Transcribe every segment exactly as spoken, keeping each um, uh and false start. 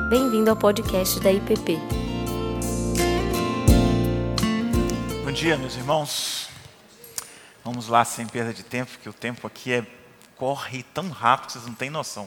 Bem-vindo ao podcast da I P P. Bom dia, meus irmãos. Vamos lá, sem perda de tempo, porque o tempo aqui é, corre tão rápido que vocês não têm noção.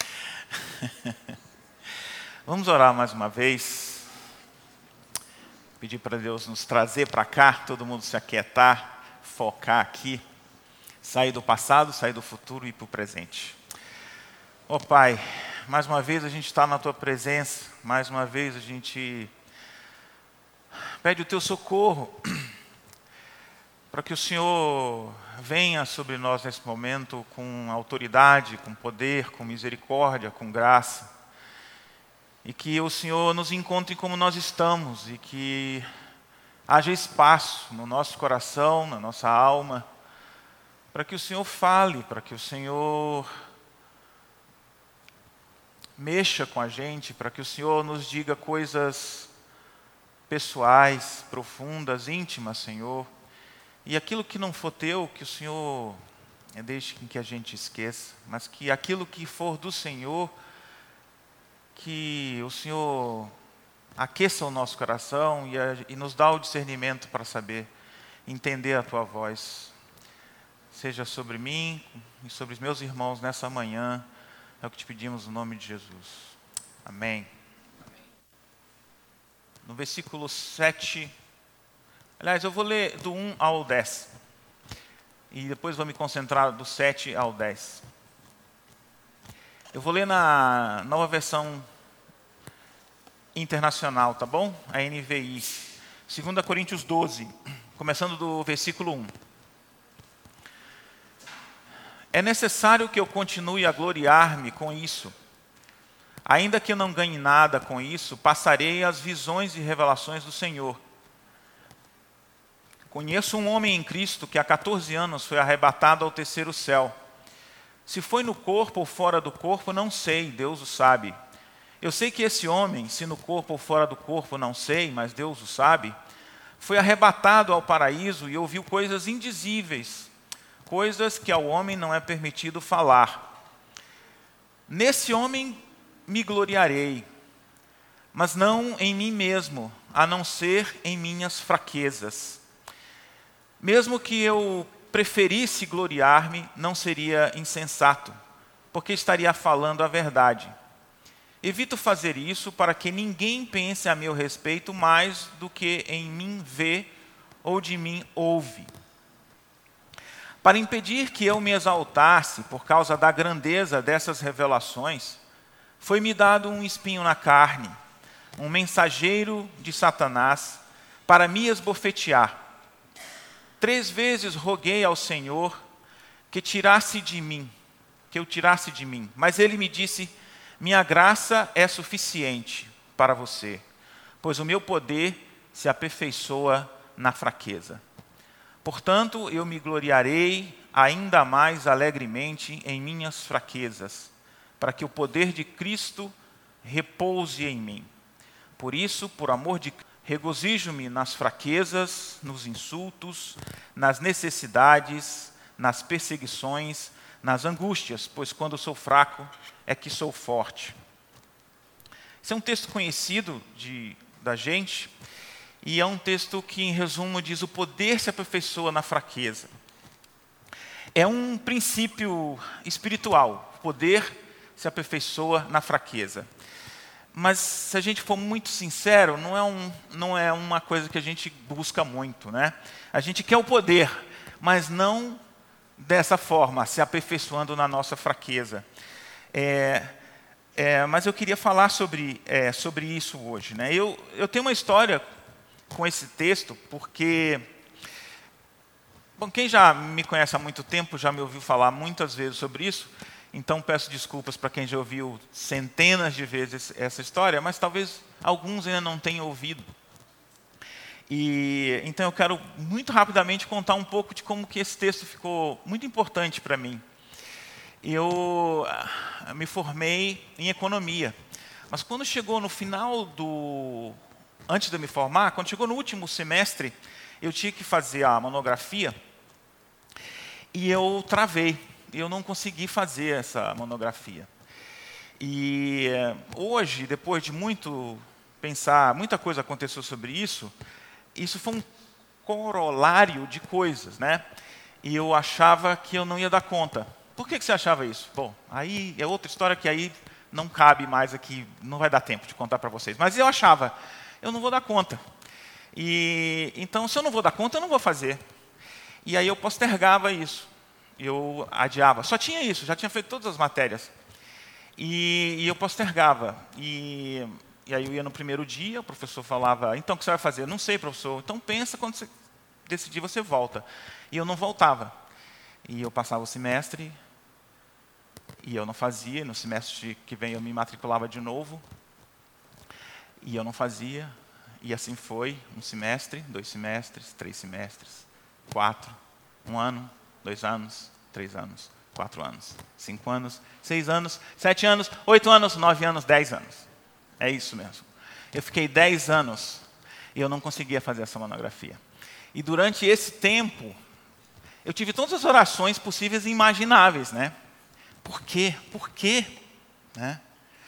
Vamos orar mais uma vez. Pedir para Deus nos trazer para cá, todo mundo se aquietar, focar aqui, sair do passado, sair do futuro e ir para o presente. Ó Pai, mais uma vez a gente está na Tua presença, mais uma vez a gente pede o Teu socorro, para que o Senhor venha sobre nós nesse momento com autoridade, com poder, com misericórdia, com graça. E que o Senhor nos encontre como nós estamos e que haja espaço no nosso coração, na nossa alma, para que o Senhor fale, para que o Senhor mexa com a gente, para que o Senhor nos diga coisas pessoais, profundas, íntimas, Senhor. E aquilo que não for teu, que o Senhor deixe que a gente esqueça, mas que aquilo que for do Senhor, que o Senhor aqueça o nosso coração e, a, e nos dá o discernimento para saber entender a Tua voz. Seja sobre mim e sobre os meus irmãos nessa manhã, é o que te pedimos no nome de Jesus. Amém. No versículo sete, aliás, eu vou ler do um ao dez, e depois vou me concentrar do sete ao dez. Eu vou ler na nova versão internacional, tá bom? A N V I. dois Coríntios doze, começando do versículo um. É necessário que eu continue a gloriar-me com isso. Ainda que eu não ganhe nada com isso, passarei as visões e revelações do Senhor. Conheço um homem em Cristo que há quatorze anos foi arrebatado ao terceiro céu. Se foi no corpo ou fora do corpo, não sei, Deus o sabe. Eu sei que esse homem, se no corpo ou fora do corpo, não sei, mas Deus o sabe, foi arrebatado ao paraíso e ouviu coisas indizíveis, coisas que ao homem não é permitido falar. Nesse homem me gloriarei, mas não em mim mesmo, a não ser em minhas fraquezas. Mesmo que eu preferisse gloriar-me, não seria insensato, porque estaria falando a verdade. Evito fazer isso para que ninguém pense a meu respeito mais do que em mim vê ou de mim ouve. Para impedir que eu me exaltasse por causa da grandeza dessas revelações, foi-me dado um espinho na carne, um mensageiro de Satanás, para me esbofetear. Três vezes roguei ao Senhor que tirasse de mim, que eu tirasse de mim. Mas ele me disse: minha graça é suficiente para você, pois o meu poder se aperfeiçoa na fraqueza. Portanto, eu me gloriarei ainda mais alegremente em minhas fraquezas, para que o poder de Cristo repouse em mim. Por isso, por amor de Cristo, regozijo-me nas fraquezas, nos insultos, nas necessidades, nas perseguições, nas angústias, pois quando sou fraco é que sou forte. Esse é um texto conhecido de, da gente, e é um texto que, em resumo, diz: o poder se aperfeiçoa na fraqueza. É um princípio espiritual, o poder se aperfeiçoa na fraqueza. Mas, se a gente for muito sincero, não é, um, não é uma coisa que a gente busca muito, né? A gente quer o poder, mas não dessa forma, se aperfeiçoando na nossa fraqueza. É, é, mas eu queria falar sobre, é, sobre isso hoje, né? Eu, eu tenho uma história com esse texto, porque bom, quem já me conhece há muito tempo já me ouviu falar muitas vezes sobre isso. Então, peço desculpas para quem já ouviu centenas de vezes essa história, mas talvez alguns ainda não tenham ouvido. E, então, eu quero muito rapidamente contar um pouco de como que esse texto ficou muito importante para mim. Eu me formei em economia, mas quando chegou no final do... Antes de eu me formar, quando chegou no último semestre, eu tinha que fazer a monografia e eu travei. Eu não consegui fazer essa monografia. E hoje, depois de muito pensar, muita coisa aconteceu sobre isso, isso foi um corolário de coisas, né? E eu achava que eu não ia dar conta. Por que que você achava isso? Bom, aí é outra história que aí não cabe mais aqui, não vai dar tempo de contar para vocês. Mas eu achava, eu não vou dar conta. E então, se eu não vou dar conta, eu não vou fazer. E aí eu postergava isso. Eu adiava. Só tinha isso, já tinha feito todas as matérias. E, e eu postergava. E, e aí eu ia no primeiro dia, o professor falava, então o que você vai fazer? Não sei, professor. Então pensa, quando você decidir, você volta. E eu não voltava. E eu passava o semestre, e eu não fazia. No semestre que vem eu me matriculava de novo. E eu não fazia. E assim foi, um semestre, dois semestres, três semestres, quatro, um ano, dois anos, três anos, quatro anos, cinco anos, seis anos, sete anos, oito anos, nove anos, dez anos. É isso mesmo. Eu fiquei dez anos e eu não conseguia fazer essa monografia. E durante esse tempo, eu tive todas as orações possíveis e imagináveis, né? Por quê? Por quê? Né?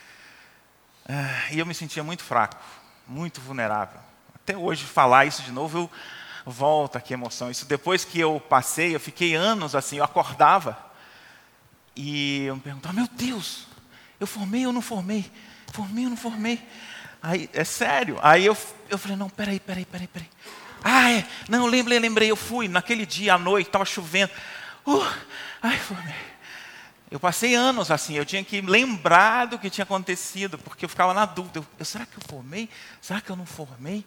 E eu me sentia muito fraco, muito vulnerável. Até hoje, falar isso de novo, eu volto aqui a emoção. Isso depois que eu passei, eu fiquei anos assim, eu acordava e eu me perguntava, meu Deus, eu formei ou não formei? Formei ou não formei? Aí, é sério. Aí eu, eu falei, não, peraí, peraí, peraí, peraí. Ah, é, não, lembrei, lembrei, eu fui, naquele dia à noite, estava chovendo. Uh, ai, formei. Eu passei anos assim, eu tinha que lembrar do que tinha acontecido, porque eu ficava na dúvida, eu, eu, será que eu formei? Será que eu não formei?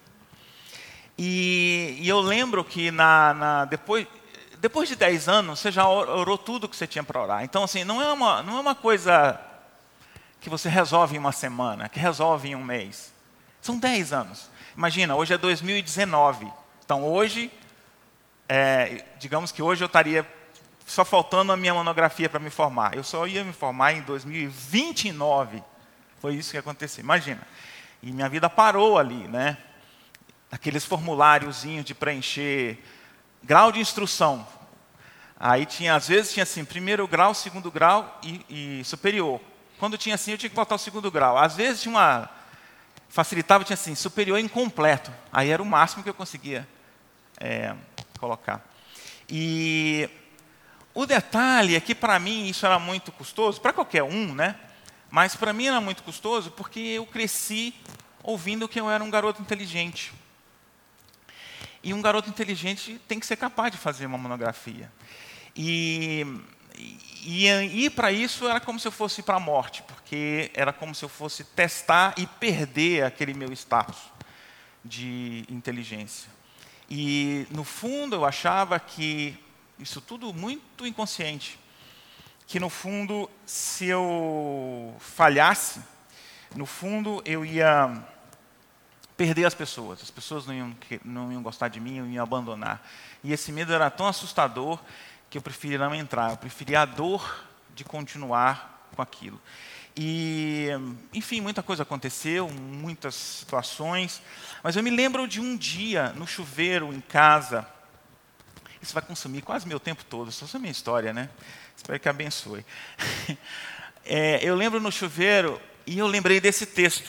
E, e eu lembro que na, na, depois, depois de dez anos, você já orou tudo que você tinha para orar. Então, assim, não é, uma, não é uma coisa que você resolve em uma semana, que resolve em um mês. São dez anos. Imagina, hoje é dois mil e dezenove. Então, hoje, é, digamos que hoje eu estaria só faltando a minha monografia para me formar. Eu só ia me formar em dois mil e vinte e nove. Foi isso que aconteceu, imagina. E minha vida parou ali, né? Aqueles formuláriozinhos de preencher, grau de instrução. Aí tinha, às vezes tinha assim, primeiro grau, segundo grau e, e superior. Quando tinha assim, eu tinha que botar o segundo grau. Às vezes tinha uma, facilitava, tinha assim, superior incompleto. Aí era o máximo que eu conseguia é, colocar. E o detalhe é que, para mim, isso era muito custoso, para qualquer um, né? Mas para mim era muito custoso porque eu cresci ouvindo que eu era um garoto inteligente. E um garoto inteligente tem que ser capaz de fazer uma monografia. E, e, e ir para isso era como se eu fosse para a morte, porque era como se eu fosse testar e perder aquele meu status de inteligência. E, no fundo, eu achava que isso tudo muito inconsciente, que no fundo, se eu falhasse, no fundo eu ia perder as pessoas, as pessoas não iam, não iam gostar de mim, eu ia abandonar. E esse medo era tão assustador que eu preferia não entrar, eu preferia a dor de continuar com aquilo. E, enfim, muita coisa aconteceu, muitas situações, mas eu me lembro de um dia, no chuveiro, em casa. Isso vai consumir quase meu tempo todo, só essa é a minha história, né? Espero que abençoe. É, eu lembro no chuveiro e eu lembrei desse texto.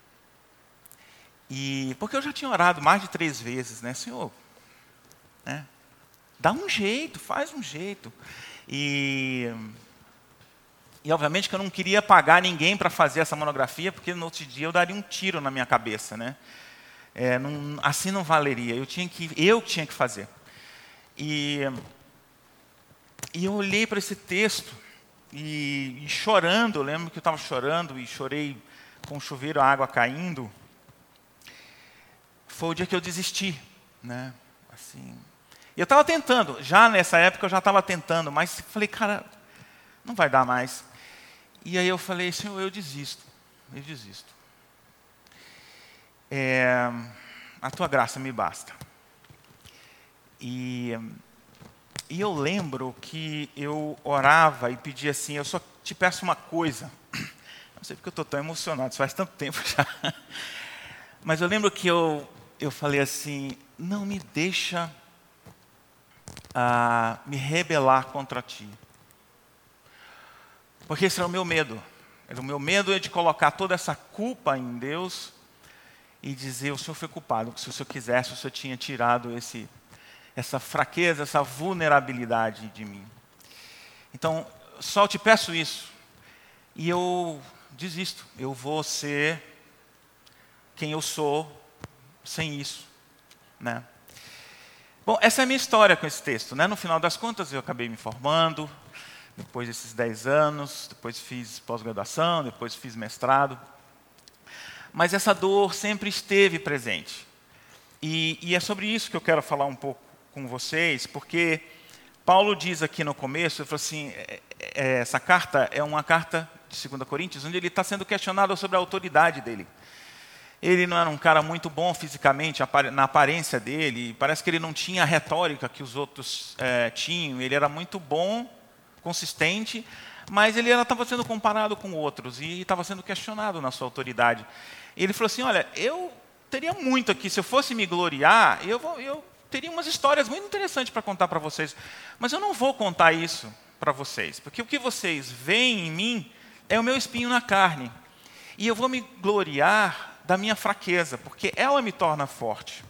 E, porque eu já tinha orado mais de três vezes, né? Senhor, né? Dá um jeito, faz um jeito. E, e obviamente que eu não queria pagar ninguém para fazer essa monografia, porque no outro dia eu daria um tiro na minha cabeça, né? É, não, assim não valeria, eu tinha que, eu tinha que fazer. E, e eu olhei para esse texto e, e chorando, eu lembro que eu estava chorando e chorei com o chuveiro, a água caindo. Foi o dia que eu desisti, né? Assim, eu estava tentando, já nessa época eu já estava tentando, mas falei, cara, não vai dar mais. E aí eu falei, Senhor, eu desisto, eu desisto. É, a tua graça me basta. E, e eu lembro que eu orava e pedia assim, eu só te peço uma coisa. Não sei porque eu estou tão emocionado, isso faz tanto tempo já. Mas eu lembro que eu, eu falei assim, não me deixa ah, me rebelar contra ti. Porque esse era o meu medo. O meu medo é de colocar toda essa culpa em Deus e dizer, o Senhor foi culpado, se o Senhor quisesse, o Senhor tinha tirado esse, essa fraqueza, essa vulnerabilidade de mim. Então, só te peço isso, e eu desisto, eu vou ser quem eu sou sem isso, né? Bom, essa é a minha história com esse texto, né? No final das contas, eu acabei me formando, depois desses dez anos, depois fiz pós-graduação, depois fiz mestrado. Mas essa dor sempre esteve presente. E, e é sobre isso que eu quero falar um pouco com vocês, porque Paulo diz aqui no começo, ele falou assim, é, é, essa carta é uma carta de segunda Coríntios, onde ele está sendo questionado sobre a autoridade dele. Ele não era um cara muito bom fisicamente, na aparência dele, parece que ele não tinha a retórica que os outros é, tinham, ele era muito bom, consistente, mas ele estava sendo comparado com outros e estava sendo questionado na sua autoridade. Ele falou assim, olha, eu teria muito aqui, se eu fosse me gloriar, eu, vou, eu teria umas histórias muito interessantes para contar para vocês, mas eu não vou contar isso para vocês, porque o que vocês veem em mim é o meu espinho na carne, e eu vou me gloriar da minha fraqueza, porque ela me torna forte.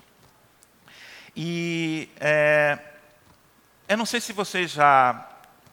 E é, eu não sei se vocês já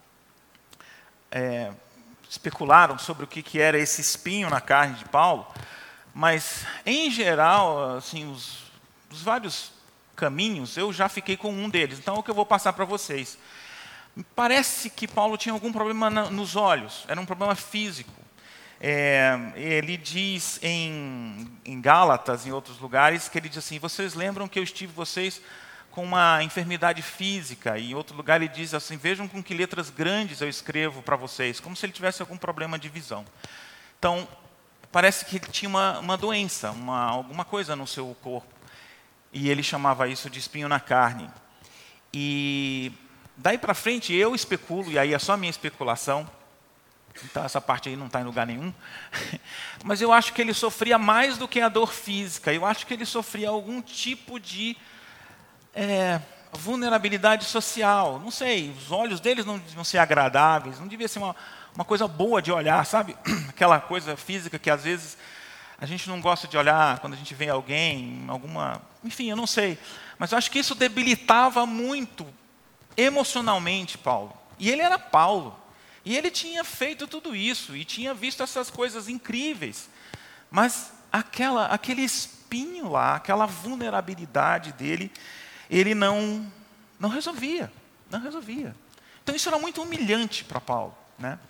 é, especularam sobre o que, que era esse espinho na carne de Paulo, mas, em geral, assim, os, os vários caminhos, eu já fiquei com um deles. Então, é o que eu vou passar para vocês. Parece que Paulo tinha algum problema na, nos olhos, era um problema físico. É, ele diz em, em Gálatas, em outros lugares, que ele diz assim, vocês lembram que eu estive vocês com uma enfermidade física? E em outro lugar ele diz assim, vejam com que letras grandes eu escrevo para vocês, como se ele tivesse algum problema de visão. Então, parece que ele tinha uma, uma doença, uma, alguma coisa no seu corpo. E ele chamava isso de espinho na carne. E daí para frente eu especulo, e aí é só a minha especulação, então essa parte aí não está em lugar nenhum, mas eu acho que ele sofria mais do que a dor física, eu acho que ele sofria algum tipo de é, vulnerabilidade social, não sei, os olhos deles não deviam ser agradáveis, não devia ser uma, uma coisa boa de olhar, sabe? Aquela coisa física que às vezes a gente não gosta de olhar quando a gente vê alguém, alguma... Enfim, eu não sei. Mas eu acho que isso debilitava muito emocionalmente Paulo. E ele era Paulo. E ele tinha feito tudo isso. E tinha visto essas coisas incríveis. Mas aquela, aquele espinho lá, aquela vulnerabilidade dele, ele não, não resolvia. Não resolvia. Então isso era muito humilhante para Paulo, né?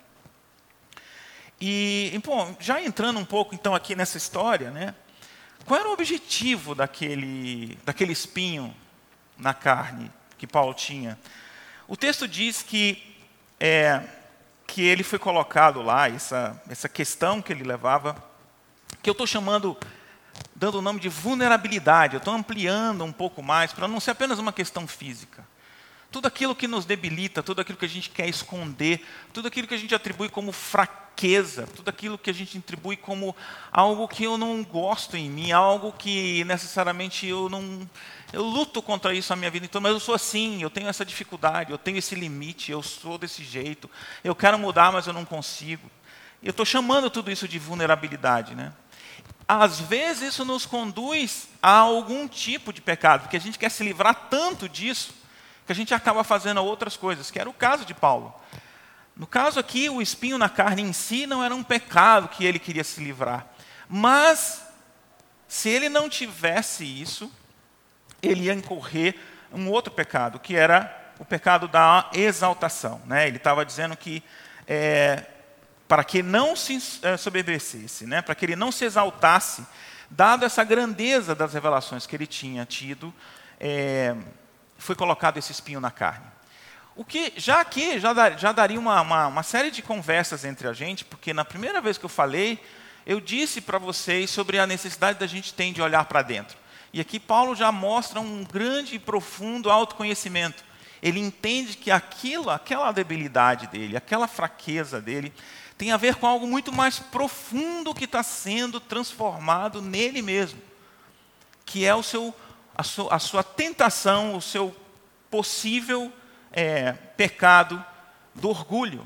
E, bom, já entrando um pouco então aqui nessa história, né? Qual era o objetivo daquele, daquele espinho na carne que Paulo tinha? O texto diz que, é, que ele foi colocado lá, essa, essa questão que ele levava, que eu estou chamando, dando o nome de vulnerabilidade, eu estou ampliando um pouco mais, para não ser apenas uma questão física. Tudo aquilo que nos debilita, tudo aquilo que a gente quer esconder, tudo aquilo que a gente atribui como fraqueza, tudo aquilo que a gente atribui como algo que eu não gosto em mim, algo que necessariamente eu não... Eu luto contra isso a minha vida inteira, mas eu sou assim, eu tenho essa dificuldade, eu tenho esse limite, eu sou desse jeito, eu quero mudar, mas eu não consigo. Eu estou chamando tudo isso de vulnerabilidade, né? Às vezes isso nos conduz a algum tipo de pecado, porque a gente quer se livrar tanto disso, que a gente acaba fazendo outras coisas, que era o caso de Paulo. No caso aqui, o espinho na carne em si não era um pecado que ele queria se livrar. Mas, se ele não tivesse isso, ele ia incorrer um outro pecado, que era o pecado da exaltação, né? Ele estava dizendo que, é, para que não se é, soberbecesse, né? Para que ele não se exaltasse, dado essa grandeza das revelações que ele tinha tido, é, foi colocado esse espinho na carne. O que, já aqui, já, dar, já daria uma, uma, uma série de conversas entre a gente, porque na primeira vez que eu falei, eu disse para vocês sobre a necessidade da gente ter de olhar para dentro. E aqui Paulo já mostra um grande e profundo autoconhecimento. Ele entende que aquilo, aquela debilidade dele, aquela fraqueza dele, tem a ver com algo muito mais profundo que está sendo transformado nele mesmo, que é o seu... A sua, a sua tentação, o seu possível é, pecado do orgulho.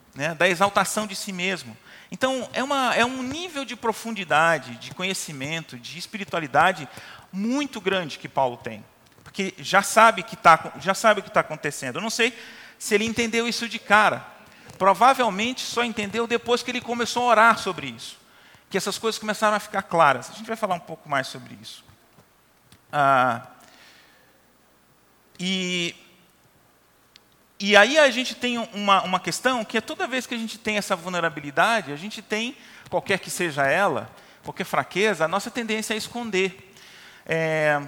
né, da exaltação de si mesmo. Então, é, uma, é um nível de profundidade, de conhecimento, de espiritualidade muito grande que Paulo tem. Porque já sabe, que tá, já sabe o que está acontecendo. Eu não sei se ele entendeu isso de cara. Provavelmente só entendeu depois que ele começou a orar sobre isso. Que essas coisas começaram a ficar claras. A gente vai falar um pouco mais sobre isso. Ah, e... E aí a gente tem uma, uma questão que é toda vez que a gente tem essa vulnerabilidade, a gente tem, qualquer que seja ela, qualquer fraqueza, a nossa tendência é esconder. É,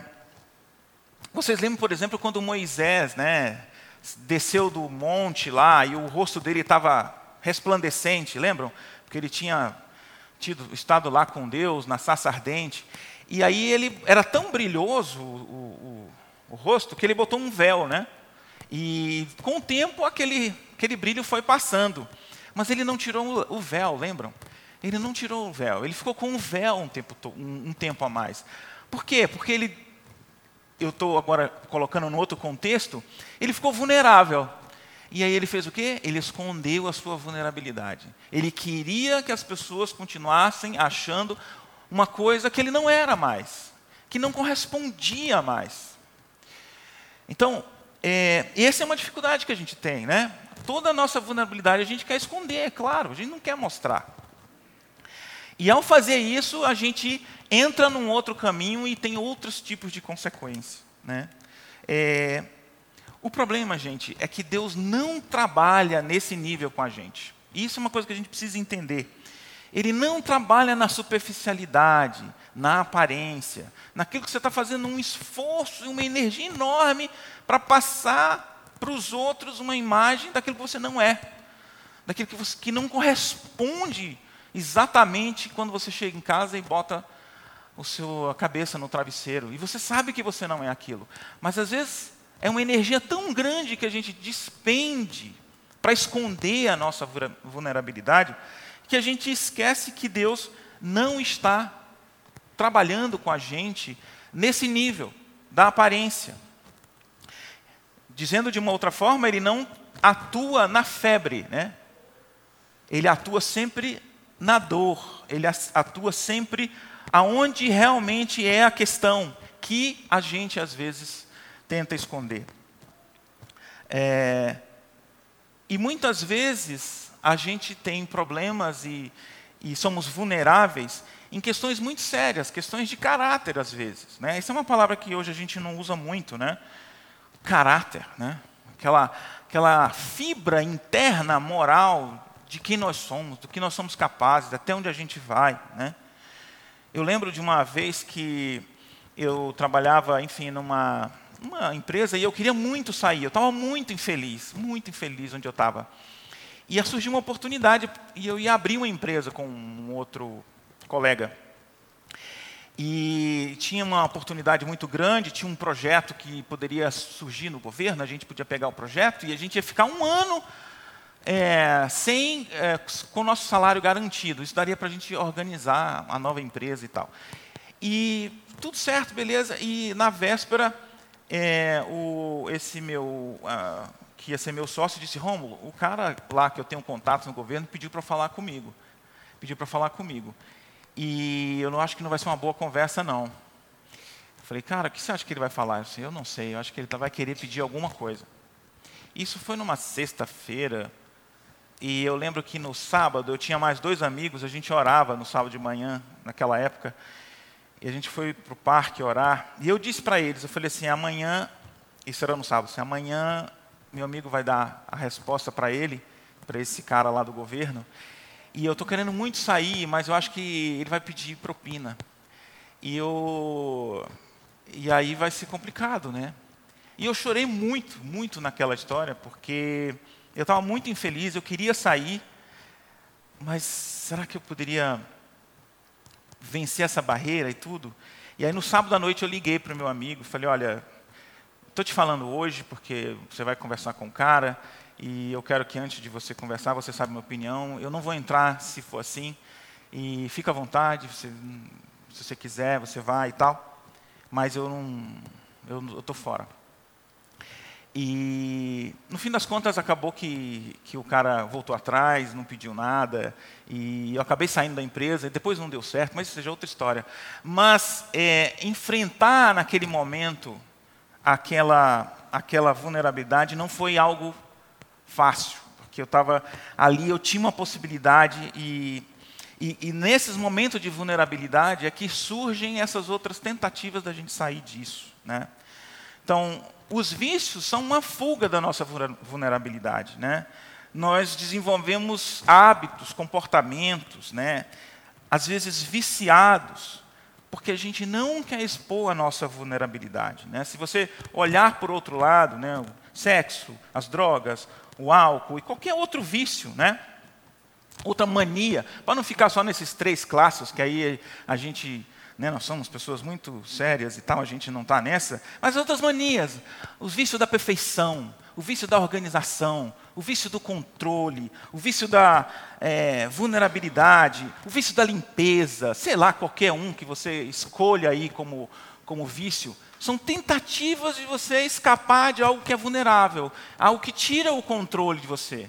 vocês lembram, por exemplo, quando Moisés, né, desceu do monte lá e o rosto dele estava resplandecente, lembram? Porque ele tinha tido, estado lá com Deus, na sarça ardente. E aí ele era tão brilhoso, o, o, o rosto, que ele botou um véu, né? E com o tempo aquele, aquele brilho foi passando. Mas ele não tirou o véu, lembram? Ele não tirou o véu. Ele ficou com um véu um tempo, um, um tempo a mais. Por quê? Porque ele, eu estou agora colocando no outro contexto, ele ficou vulnerável. E aí ele fez o quê? Ele escondeu a sua vulnerabilidade. Ele queria que as pessoas continuassem achando uma coisa que ele não era mais, que não correspondia mais. Então, É, essa é uma dificuldade que a gente tem, né? Toda a nossa vulnerabilidade a gente quer esconder, é claro, a gente não quer mostrar. E ao fazer isso, a gente entra num outro caminho e tem outros tipos de consequência, né? É, o problema, gente, é que Deus não trabalha nesse nível com a gente. Isso é uma coisa que a gente precisa entender. Ele não trabalha na superficialidade, na aparência, naquilo que você está fazendo um esforço, uma energia enorme para passar para os outros uma imagem daquilo que você não é, daquilo que, você, que não corresponde exatamente quando você chega em casa e bota o seu, a cabeça no travesseiro. E você sabe que você não é aquilo, mas às vezes é uma energia tão grande que a gente despende para esconder a nossa vulnerabilidade, que a gente esquece que Deus não está trabalhando com a gente nesse nível da aparência. Dizendo de uma outra forma, ele não atua na febre, né? Ele atua sempre na dor, ele atua sempre aonde realmente é a questão que a gente às vezes tenta esconder. É, e muitas vezes a gente tem problemas e, e somos vulneráveis em questões muito sérias, questões de caráter às vezes, né? Essa é uma palavra que hoje a gente não usa muito, né? Caráter, né? Aquela, aquela fibra interna moral de quem nós somos, do que nós somos capazes, até onde a gente vai, né? Eu lembro de uma vez que eu trabalhava, enfim, numa uma empresa e eu queria muito sair, eu estava muito infeliz, muito infeliz onde eu estava. E surgiu uma oportunidade e eu ia abrir uma empresa com um outro colega. E tinha uma oportunidade muito grande, tinha um projeto que poderia surgir no governo, a gente podia pegar o projeto e a gente ia ficar um ano é, sem, é, com o nosso salário garantido. Isso daria para a gente organizar a nova empresa e tal. E tudo certo, beleza. E na véspera, é, o, esse meu... Uh, que ia ser meu sócio, disse: Rômulo, o cara lá que eu tenho contato no governo pediu para falar comigo. Pediu para falar comigo. E eu não acho que não vai ser uma boa conversa, não. Eu falei: cara, o que você acha que ele vai falar? Eu disse: eu não sei, eu acho que ele vai querer pedir alguma coisa. Isso foi numa sexta-feira. E eu lembro que no sábado, eu tinha mais dois amigos, a gente orava no sábado de manhã, naquela época. E a gente foi para o parque orar. E eu disse para eles, eu falei assim: amanhã, isso era no sábado, assim, amanhã meu amigo vai dar a resposta para ele, para esse cara lá do governo, e eu estou querendo muito sair, mas eu acho que ele vai pedir propina. E, eu, e aí vai ser complicado, né? E eu chorei muito, muito naquela história, porque eu estava muito infeliz, eu queria sair, mas será que eu poderia vencer essa barreira e tudo? E aí no sábado à noite eu liguei para o meu amigo, falei: olha, estou te falando hoje porque você vai conversar com o cara e eu quero que antes de você conversar, você sabe a minha opinião. Eu não vou entrar se for assim e fica à vontade, você, se você quiser, você vai e tal. Mas eu não, eu estou fora. E, no fim das contas, acabou que, que o cara voltou atrás, não pediu nada, e eu acabei saindo da empresa, e depois não deu certo, mas isso seja outra história. Mas é, enfrentar naquele momento aquela, aquela vulnerabilidade não foi algo fácil, porque eu estava ali, eu tinha uma possibilidade, e, e, e nesses momentos de vulnerabilidade é que surgem essas outras tentativas da gente sair disso, né? Então, os vícios são uma fuga da nossa vulnerabilidade, né? Nós desenvolvemos hábitos, comportamentos, né? Às vezes viciados, porque a gente não quer expor a nossa vulnerabilidade, né? Se você olhar por outro lado, né? O sexo, as drogas, o álcool e qualquer outro vício, né? Outra mania, para não ficar só nesses três classes, que aí a gente... Né, nós somos pessoas muito sérias e tal, a gente não está nessa, mas outras manias, o vício da perfeição, o vício da organização, o vício do controle, o vício da é, vulnerabilidade, o vício da limpeza, sei lá, qualquer um que você escolha aí como, como vício, são tentativas de você escapar de algo que é vulnerável, algo que tira o controle de você.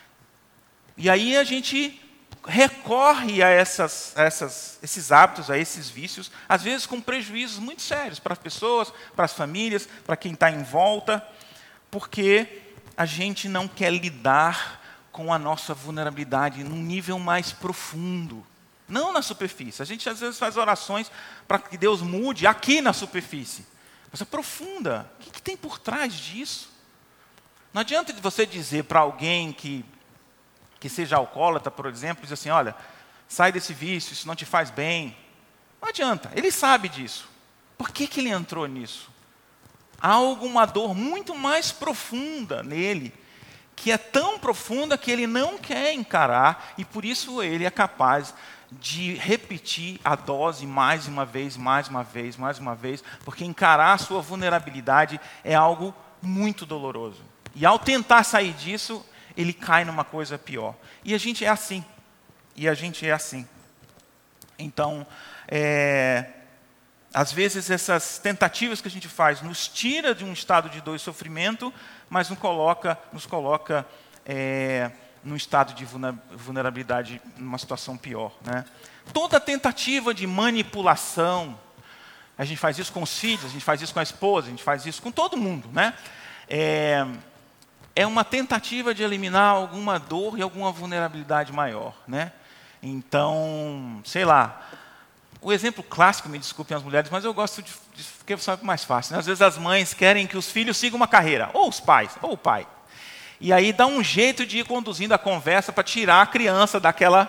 E aí a gente recorre a, essas, a essas, esses hábitos, a esses vícios, às vezes com prejuízos muito sérios para as pessoas, para as famílias, para quem está em volta, porque a gente não quer lidar com a nossa vulnerabilidade num nível mais profundo, não na superfície. A gente às vezes faz orações para que Deus mude aqui na superfície, mas é profunda. O que, que tem por trás disso? Não adianta você dizer para alguém que que seja alcoólatra, por exemplo, diz assim, olha, sai desse vício, isso não te faz bem. Não adianta, ele sabe disso. Por que, que ele entrou nisso? Há alguma dor muito mais profunda nele, que é tão profunda que ele não quer encarar, e por isso ele é capaz de repetir a dose mais uma vez, mais uma vez, mais uma vez, porque encarar a sua vulnerabilidade é algo muito doloroso. E ao tentar sair disso, ele cai numa coisa pior. E a gente é assim. E a gente é assim. Então, é, às vezes essas tentativas que a gente faz nos tira de um estado de dor e sofrimento, mas nos coloca, nos coloca é, num estado de vulnerabilidade, numa situação pior, né? Toda tentativa de manipulação, a gente faz isso com os filhos, a gente faz isso com a esposa, a gente faz isso com todo mundo, né? É, é uma tentativa de eliminar alguma dor e alguma vulnerabilidade maior, né? Então, sei lá, o exemplo clássico, me desculpem as mulheres, mas eu gosto de, de porque sabe mais fácil, né? Às vezes as mães querem que os filhos sigam uma carreira, ou os pais, ou o pai. E aí dá um jeito de ir conduzindo a conversa para tirar a criança daquela,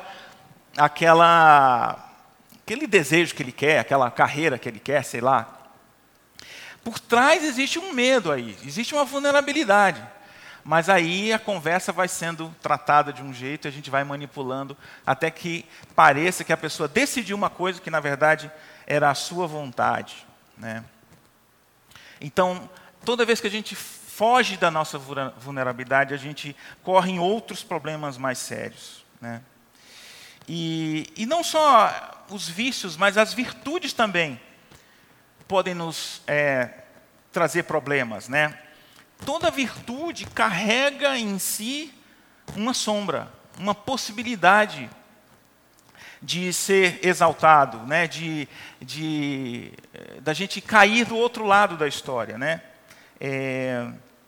aquela, aquele desejo que ele quer, aquela carreira que ele quer, sei lá. Por trás existe um medo aí, existe uma vulnerabilidade. Mas aí a conversa vai sendo tratada de um jeito, a gente vai manipulando, até que pareça que a pessoa decidiu uma coisa que, na verdade, era a sua vontade, né? Então, toda vez que a gente foge da nossa vulnerabilidade, a gente corre em outros problemas mais sérios, né? E, e não só os vícios, mas as virtudes também podem nos é, trazer problemas, né? Toda virtude carrega em si uma sombra, uma possibilidade de ser exaltado, né? de, de, da gente cair do outro lado da história, né? É,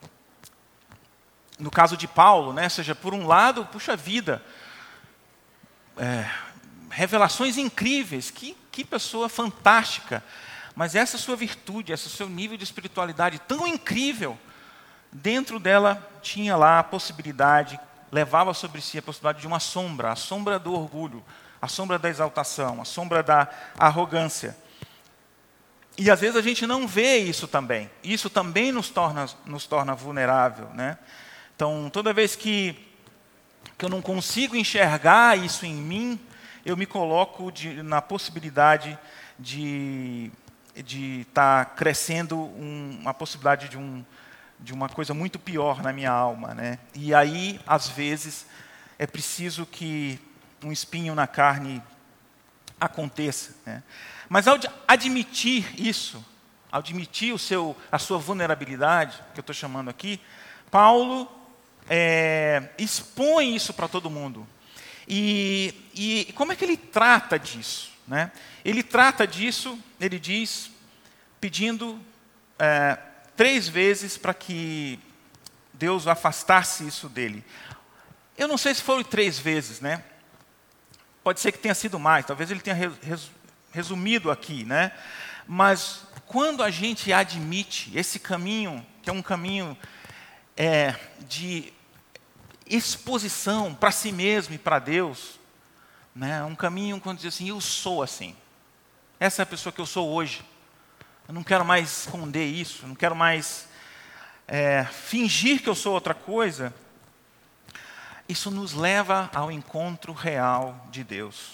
no caso de Paulo, né? Ou seja, por um lado, puxa vida, é, revelações incríveis, que, que pessoa fantástica, mas essa sua virtude, esse seu nível de espiritualidade tão incrível, dentro dela tinha lá a possibilidade, levava sobre si a possibilidade de uma sombra, a sombra do orgulho, a sombra da exaltação, a sombra da arrogância. E às vezes a gente não vê isso também. Isso também nos torna, nos torna vulnerável, né? Então, toda vez que, que eu não consigo enxergar isso em mim, eu me coloco de, na possibilidade de de estar tá crescendo um, uma possibilidade de um de uma coisa muito pior na minha alma, né? E aí, às vezes, é preciso que um espinho na carne aconteça, né? Mas ao admitir isso, admitir o seu, a sua vulnerabilidade, que eu estou chamando aqui, Paulo é, expõe isso para todo mundo. E, e como é que ele trata disso? Né? Ele trata disso, ele diz, pedindo é, três vezes para que Deus afastasse isso dele. Eu não sei se foram três vezes, né? Pode ser que tenha sido mais, talvez ele tenha resumido aqui, né? Mas quando a gente admite esse caminho, que é um caminho é, de exposição para si mesmo e para Deus, né? Um caminho quando diz assim, eu sou assim. Essa é a pessoa que eu sou hoje. Eu não quero mais esconder isso, eu não quero mais é, fingir que eu sou outra coisa. Isso nos leva ao encontro real de Deus.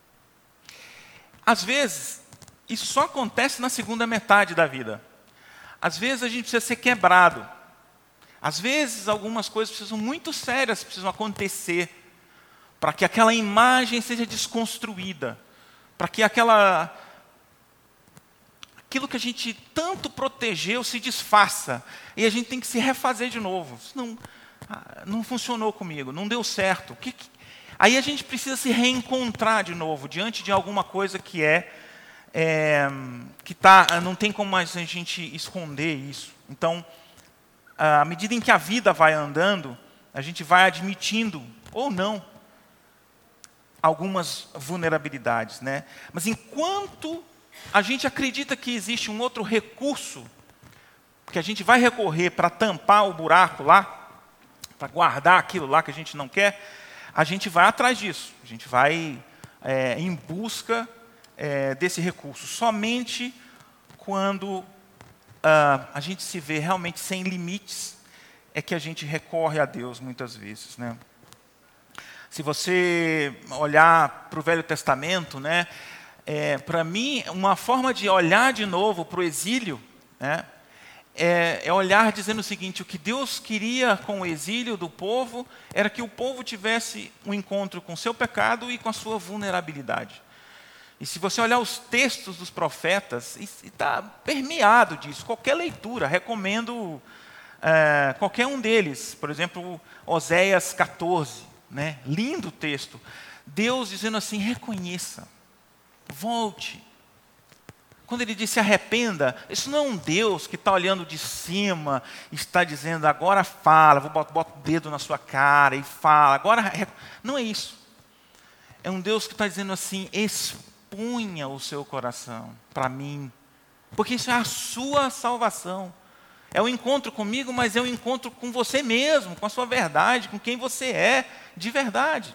Às vezes, isso só acontece na segunda metade da vida. Às vezes a gente precisa ser quebrado. Às vezes algumas coisas precisam muito sérias, precisam acontecer para que aquela imagem seja desconstruída, para que aquela, aquilo que a gente tanto protegeu se desfaça, e a gente tem que se refazer de novo. Senão, não funcionou comigo, não deu certo. Que, que... Aí a gente precisa se reencontrar de novo, diante de alguma coisa que é, é que tá, não tem como mais a gente esconder isso. Então, à medida em que a vida vai andando, a gente vai admitindo, ou não, algumas vulnerabilidades, né? Mas enquanto a gente acredita que existe um outro recurso, que a gente vai recorrer para tampar o buraco lá, para guardar aquilo lá que a gente não quer, a gente vai atrás disso. A gente vai é, em busca é, desse recurso. Somente quando Uh, a gente se vê realmente sem limites, é que a gente recorre a Deus muitas vezes, né? Se você olhar para o Velho Testamento, né, é, para mim, uma forma de olhar de novo para o exílio, né, é, é olhar dizendo o seguinte, o que Deus queria com o exílio do povo, era que o povo tivesse um encontro com o seu pecado e com a sua vulnerabilidade. E se você olhar os textos dos profetas, está permeado disso. Qualquer leitura, recomendo é, qualquer um deles. Por exemplo, Oséias catorze, né? Lindo texto. Deus dizendo assim, reconheça, volte. Quando ele diz se arrependa, isso não é um Deus que está olhando de cima e está dizendo, agora fala, vou botar o dedo na sua cara e fala. Agora, não é isso. É um Deus que está dizendo assim, expunha o seu coração para mim, porque isso é a sua salvação. É o encontro comigo, mas é o encontro com você mesmo, com a sua verdade, com quem você é de verdade.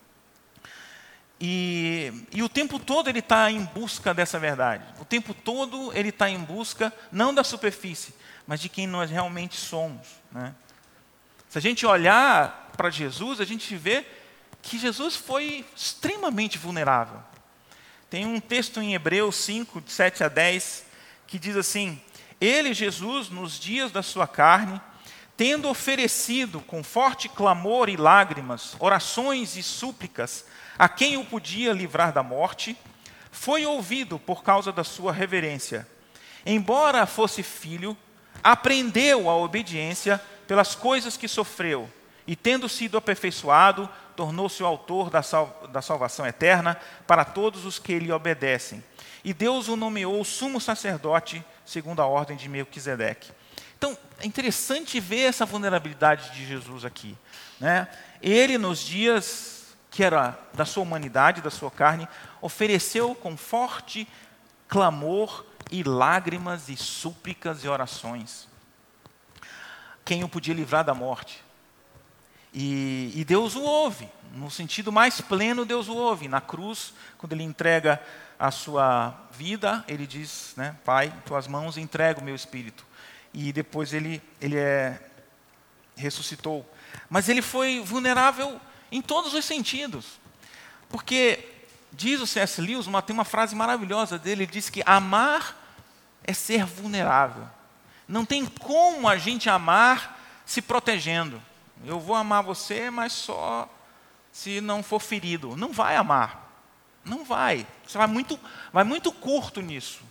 E, e o tempo todo ele está em busca dessa verdade. O tempo todo ele está em busca, não da superfície, mas de quem nós realmente somos, né? Se a gente olhar para Jesus, a gente vê que Jesus foi extremamente vulnerável. Tem um texto em Hebreus cinco, de sete a dez, que diz assim, ele, Jesus, nos dias da sua carne, tendo oferecido com forte clamor e lágrimas, orações e súplicas, a quem o podia livrar da morte, foi ouvido por causa da sua reverência. Embora fosse filho, aprendeu a obediência pelas coisas que sofreu, e tendo sido aperfeiçoado, tornou-se o autor da, sal, da salvação eterna para todos os que lhe obedecem. E Deus o nomeou sumo sacerdote, segundo a ordem de Melquisedeque. Então, é interessante ver essa vulnerabilidade de Jesus aqui, né? Ele, nos dias que era da sua humanidade, da sua carne, ofereceu com forte clamor e lágrimas e súplicas e orações. Quem o podia livrar da morte? E, e Deus o ouve, no sentido mais pleno Deus o ouve. Na cruz, quando ele entrega a sua vida, ele diz, né, Pai, em tuas mãos entrego o meu espírito. E depois ele, ele é, ressuscitou. Mas ele foi vulnerável em todos os sentidos. Porque, diz o C S Lewis, uma, tem uma frase maravilhosa dele, ele diz que amar é ser vulnerável. Não tem como a gente amar se protegendo. Eu vou amar você, mas só se não for ferido. Não vai amar. Não vai. Você vai muito, vai muito curto nisso.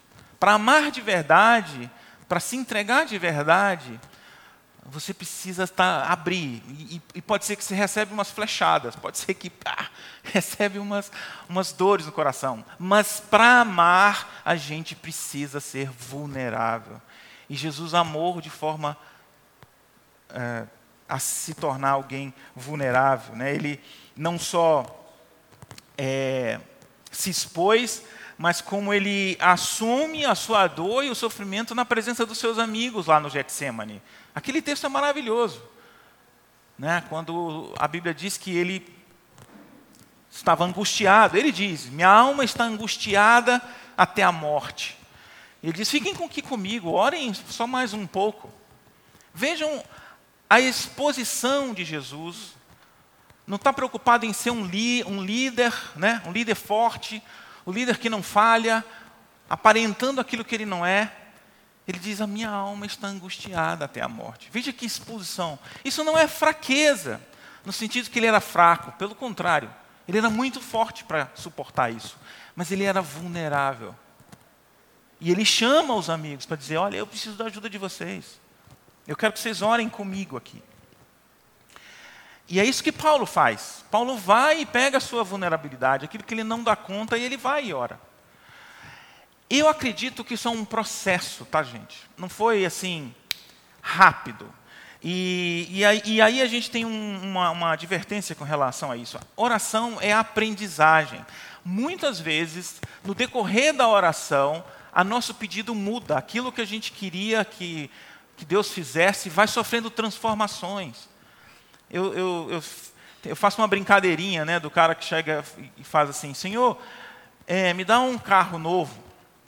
para amar de verdade, para se entregar de verdade, você precisa estar, abrir. E, e pode ser que você recebe umas flechadas, pode ser que ah, recebe umas, umas dores no coração. Mas para amar, a gente precisa ser vulnerável. E Jesus amou de forma é, a se tornar alguém vulnerável, né? Ele não só é, se expôs, mas como ele assume a sua dor e o sofrimento na presença dos seus amigos lá no Getsemane. Aquele texto é maravilhoso, né? Quando a Bíblia diz que ele estava angustiado, ele diz, minha alma está angustiada até a morte. Ele diz, fiquem aqui comigo, orem só mais um pouco. Vejam a exposição de Jesus, não está preocupado em ser um, li, um líder, né? Um líder forte, o líder que não falha, aparentando aquilo que ele não é. Ele diz, a minha alma está angustiada até a morte. Veja que exposição. Isso não é fraqueza, no sentido que ele era fraco. Pelo contrário, ele era muito forte para suportar isso. Mas ele era vulnerável. E ele chama os amigos para dizer, olha, eu preciso da ajuda de vocês. Eu quero que vocês orem comigo aqui. E é isso que Paulo faz. Paulo vai e pega a sua vulnerabilidade, aquilo que ele não dá conta, e ele vai e ora. Eu acredito que isso é um processo, tá, gente? Não foi assim, rápido. E, e, aí, e aí a gente tem um, uma, uma advertência com relação a isso. Oração é aprendizagem. Muitas vezes, no decorrer da oração, a nosso pedido muda. Aquilo que a gente queria que, que Deus fizesse vai sofrendo transformações. Eu, eu, eu, eu faço uma brincadeirinha, né, do cara que chega e faz assim, Senhor, é, me dá um carro novo.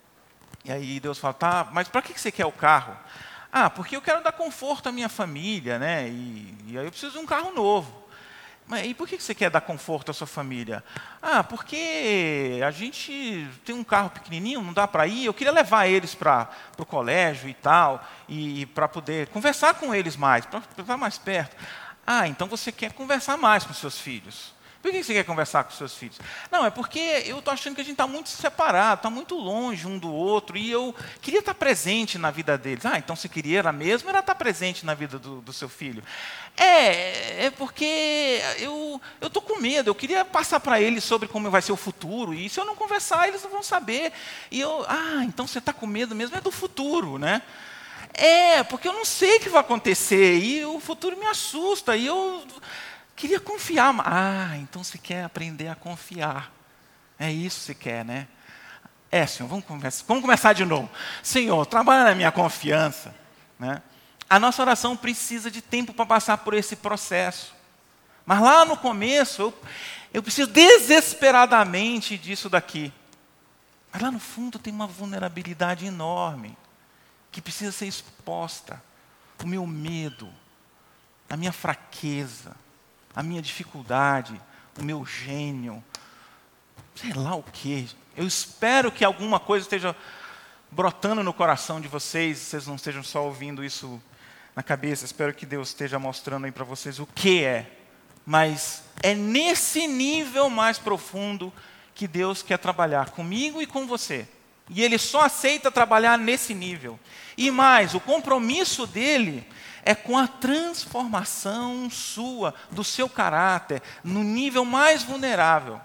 E aí Deus fala, tá, mas para que você quer o carro? Ah, porque eu quero dar conforto à minha família, né? E, e aí eu preciso de um carro novo. Mas e por que você quer dar conforto à sua família? Ah, porque a gente tem um carro pequenininho, não dá para ir. Eu queria levar eles para o colégio e tal, e, e para poder conversar com eles mais, para estar mais perto. Ah, então você quer conversar mais com seus filhos. Por que você quer conversar com seus filhos? Não, é porque eu estou achando que a gente está muito separado, está muito longe um do outro, e eu queria estar presente na vida deles. Ah, então você queria era mesmo, era estar presente na vida do, do seu filho. É, é porque eu estou com medo, eu queria passar para eles sobre como vai ser o futuro, e se eu não conversar, eles não vão saber. E eu, ah, então você está com medo mesmo, é do futuro, né? É, porque eu não sei o que vai acontecer, e o futuro me assusta, e eu queria confiar. Ah, então você quer aprender a confiar. É isso que você quer, né? É, Senhor, vamos começar, vamos começar de novo. Senhor, trabalha na minha confiança. Né? A nossa oração precisa de tempo para passar por esse processo. Mas lá no começo, eu, eu preciso desesperadamente disso daqui. Mas lá no fundo tem uma vulnerabilidade enorme, que precisa ser exposta. O meu medo, a minha fraqueza, a minha dificuldade, o meu gênio, sei lá o quê. Eu espero que alguma coisa esteja brotando no coração de vocês, vocês não estejam só ouvindo isso na cabeça. Espero que Deus esteja mostrando aí para vocês o que é. Mas é nesse nível mais profundo que Deus quer trabalhar comigo e com você. E Ele só aceita trabalhar nesse nível. E mais, o compromisso dEle é com a transformação sua, do seu caráter, no nível mais vulnerável.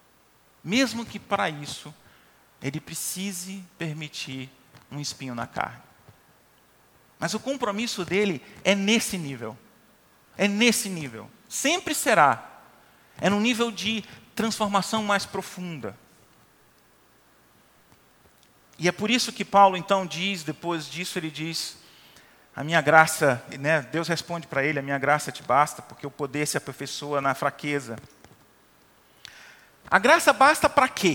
Mesmo que para isso, Ele precise permitir um espinho na carne. Mas o compromisso dEle é nesse nível. É nesse nível. Sempre será. É no nível de transformação mais profunda. E é por isso que Paulo então diz, depois disso ele diz, a minha graça, né, Deus responde para ele, a minha graça te basta, porque o poder se aperfeiçoa na fraqueza. A graça basta para quê?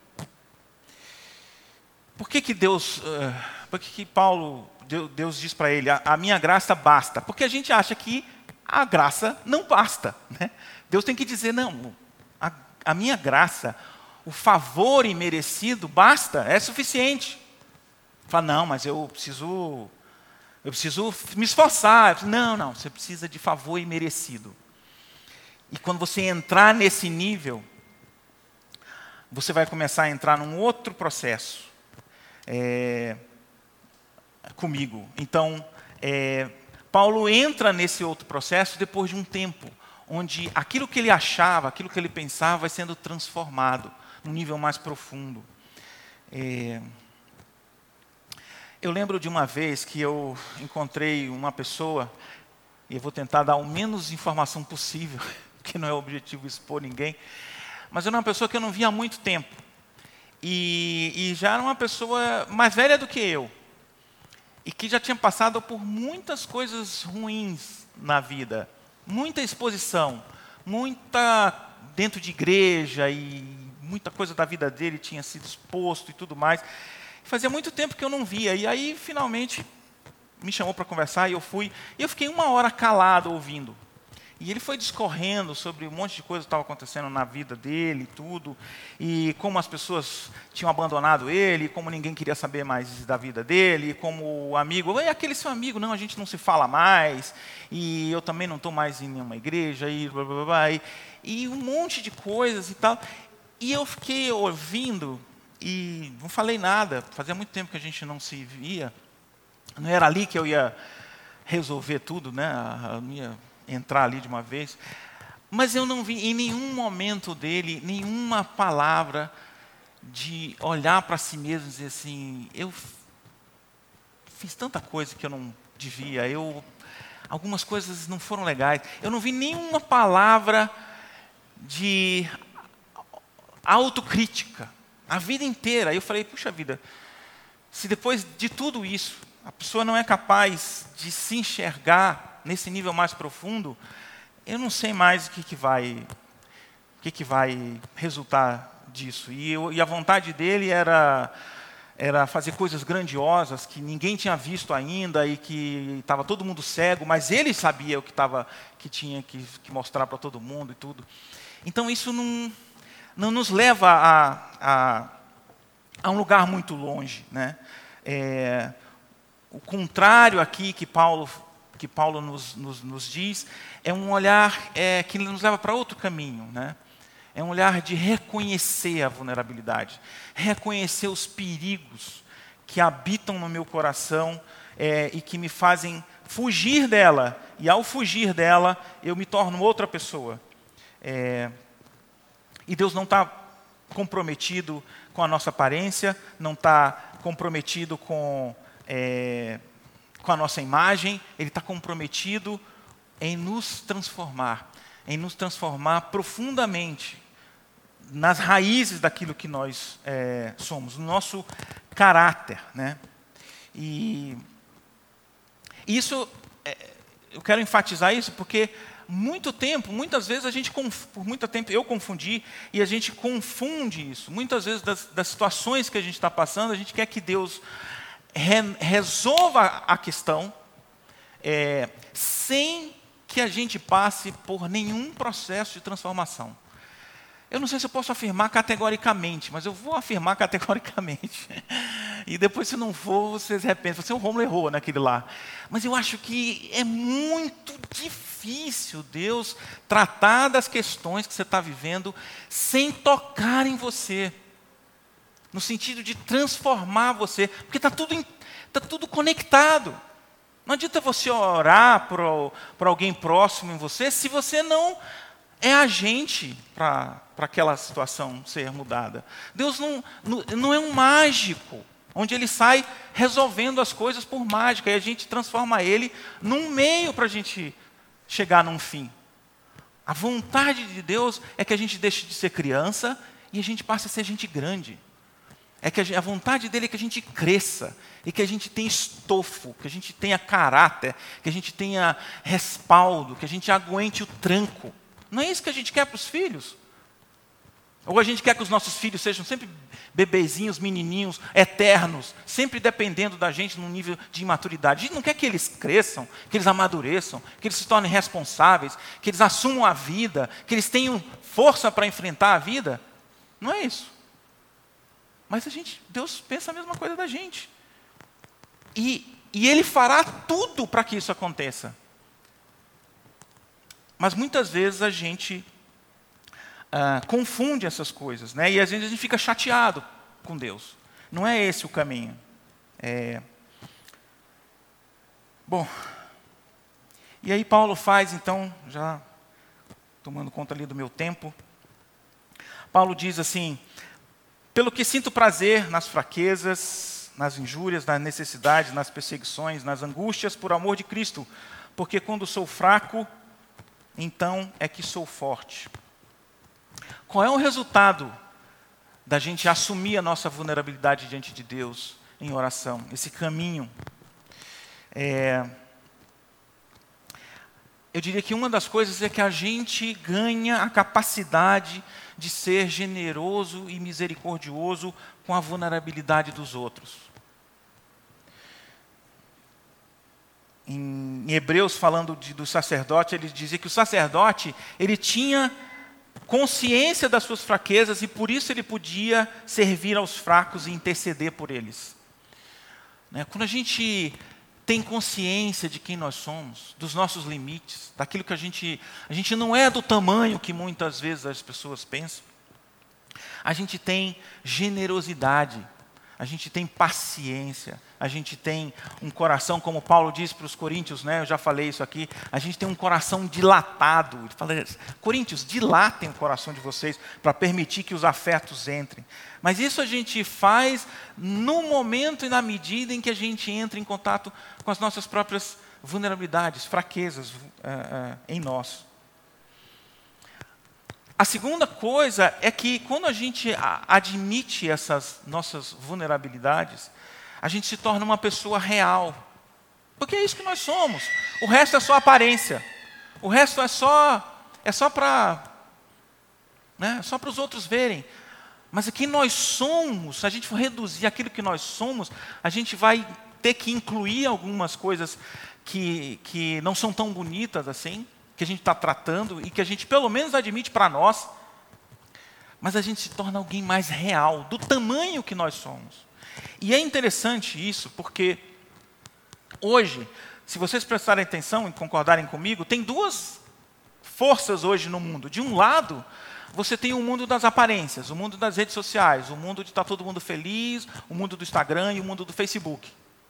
Por que que Deus, uh, por que que Paulo, Deus, Deus diz para ele, a, a minha graça basta? Porque a gente acha que a graça não basta. Né? Deus tem que dizer, não, a, a minha graça, o favor imerecido basta, é suficiente. Fala, não, mas eu preciso, eu preciso me esforçar. Não, não, você precisa de favor imerecido. E quando você entrar nesse nível, você vai começar a entrar num outro processo. é, comigo. Então, é, Paulo entra nesse outro processo depois de um tempo, onde aquilo que ele achava, aquilo que ele pensava vai sendo transformado num nível mais profundo. É, eu lembro de uma vez que eu encontrei uma pessoa, e eu vou tentar dar o menos informação possível, porque não é o objetivo expor ninguém, mas era uma pessoa que eu não via há muito tempo, e, e já era uma pessoa mais velha do que eu, e que já tinha passado por muitas coisas ruins na vida, muita exposição, muita dentro de igreja, e muita coisa da vida dele tinha sido exposto e tudo mais. Fazia muito tempo que eu não via, e aí finalmente me chamou para conversar, e eu fui, e eu fiquei uma hora calado ouvindo. E ele foi discorrendo sobre um monte de coisa que estava acontecendo na vida dele e tudo, e como as pessoas tinham abandonado ele, como ninguém queria saber mais da vida dele, como o amigo, é aquele seu amigo, não, a gente não se fala mais, e eu também não estou mais em nenhuma igreja, e, blá, blá, blá, e, e um monte de coisas e tal. E eu fiquei ouvindo, e não falei nada, fazia muito tempo que a gente não se via, não era ali que eu ia resolver tudo, né? Eu ia entrar ali de uma vez, mas eu não vi em nenhum momento dele, nenhuma palavra de olhar para si mesmo e dizer assim, eu fiz tanta coisa que eu não devia, eu, algumas coisas não foram legais, eu não vi nenhuma palavra de autocrítica, a vida inteira. Eu falei, puxa vida, se depois de tudo isso, a pessoa não é capaz de se enxergar nesse nível mais profundo, eu não sei mais o que, que, vai, o que, que vai resultar disso. E, eu, e a vontade dele era, era fazer coisas grandiosas que ninguém tinha visto ainda e que estava todo mundo cego, mas ele sabia o que, tava, que tinha que, que mostrar para todo mundo e tudo. Então isso não, não nos leva a, a, a um lugar muito longe, né? É, o contrário aqui que Paulo, que Paulo nos, nos, nos diz é um olhar é, que nos leva para outro caminho, né? É um olhar de reconhecer a vulnerabilidade, reconhecer os perigos que habitam no meu coração é, e que me fazem fugir dela. E ao fugir dela, eu me torno outra pessoa. É, e Deus não está comprometido com a nossa aparência, não está comprometido com... É, com a nossa imagem, Ele está comprometido em nos transformar, em nos transformar profundamente nas raízes daquilo que nós é, somos, no nosso caráter, né? E isso, é, eu quero enfatizar isso porque muito tempo, muitas vezes a gente, por muito tempo eu confundi, e a gente confunde isso. Muitas vezes das, das situações que a gente está passando, a gente quer que Deus re, resolva a questão é, sem que a gente passe por nenhum processo de transformação. Eu não sei se eu posso afirmar categoricamente, mas eu vou afirmar categoricamente. E depois, se não for, vocês repensam. Você, o Romulo errou naquele lá. Mas eu acho que é muito difícil Deus tratar das questões que você está vivendo sem tocar em você. No sentido de transformar você. Porque está tudo, tá tudo conectado. Não adianta você orar para alguém próximo em você se você não é agente para aquela situação ser mudada. Deus não, não, não é um mágico, onde Ele sai resolvendo as coisas por mágica, e a gente transforma Ele num meio para a gente chegar num fim. A vontade de Deus é que a gente deixe de ser criança e a gente passe a ser gente grande. É que a, gente, a vontade dele é que a gente cresça, e que a gente tenha estofo, que a gente tenha caráter, que a gente tenha respaldo, que a gente aguente o tranco. Não é isso que a gente quer para os filhos? Ou a gente quer que os nossos filhos sejam sempre bebezinhos, menininhos, eternos, sempre dependendo da gente num nível de imaturidade. A gente não quer que eles cresçam, que eles amadureçam, que eles se tornem responsáveis, que eles assumam a vida, que eles tenham força para enfrentar a vida. Não é isso. Mas a gente, Deus pensa a mesma coisa da gente. E, e Ele fará tudo para que isso aconteça. Mas muitas vezes a gente ah, confunde essas coisas, né? E às vezes a gente fica chateado com Deus. Não é esse o caminho. É... Bom, e aí Paulo faz, então, já tomando conta ali do meu tempo, Paulo diz assim: pelo que sinto prazer nas fraquezas, nas injúrias, nas necessidades, nas perseguições, nas angústias, por amor de Cristo, porque quando sou fraco, então é que sou forte. Qual é o resultado da gente assumir a nossa vulnerabilidade diante de Deus em oração? Esse caminho. É... Eu diria que uma das coisas é que a gente ganha a capacidade de ser generoso e misericordioso com a vulnerabilidade dos outros. Em, em Hebreus, falando de, do sacerdote, ele dizia que o sacerdote, ele tinha consciência das suas fraquezas e por isso ele podia servir aos fracos e interceder por eles. Né? Quando a gente tem consciência de quem nós somos, dos nossos limites, daquilo que a gente... A gente não é do tamanho que muitas vezes as pessoas pensam. A gente tem generosidade, a gente tem paciência, a gente tem um coração, como Paulo diz para os coríntios, né? Eu já falei isso aqui, a gente tem um coração dilatado. Ele fala, coríntios, dilatem o coração de vocês para permitir que os afetos entrem. Mas isso a gente faz no momento e na medida em que a gente entra em contato com as nossas próprias vulnerabilidades, fraquezas uh, uh, em nós. A segunda coisa é que quando a gente admite essas nossas vulnerabilidades, a gente se torna uma pessoa real. Porque é isso que nós somos. O resto é só aparência. O resto é só, é só para, né, só para os outros verem. Mas aqui nós somos, se a gente for reduzir aquilo que nós somos, a gente vai ter que incluir algumas coisas que, que não são tão bonitas assim, que a gente está tratando e que a gente pelo menos admite para nós, mas a gente se torna alguém mais real, do tamanho que nós somos. E é interessante isso, porque hoje, se vocês prestarem atenção e concordarem comigo, tem duas forças hoje no mundo. De um lado, você tem o mundo das aparências, o mundo das redes sociais, o mundo de estar todo mundo feliz, o mundo do Instagram e o mundo do Facebook.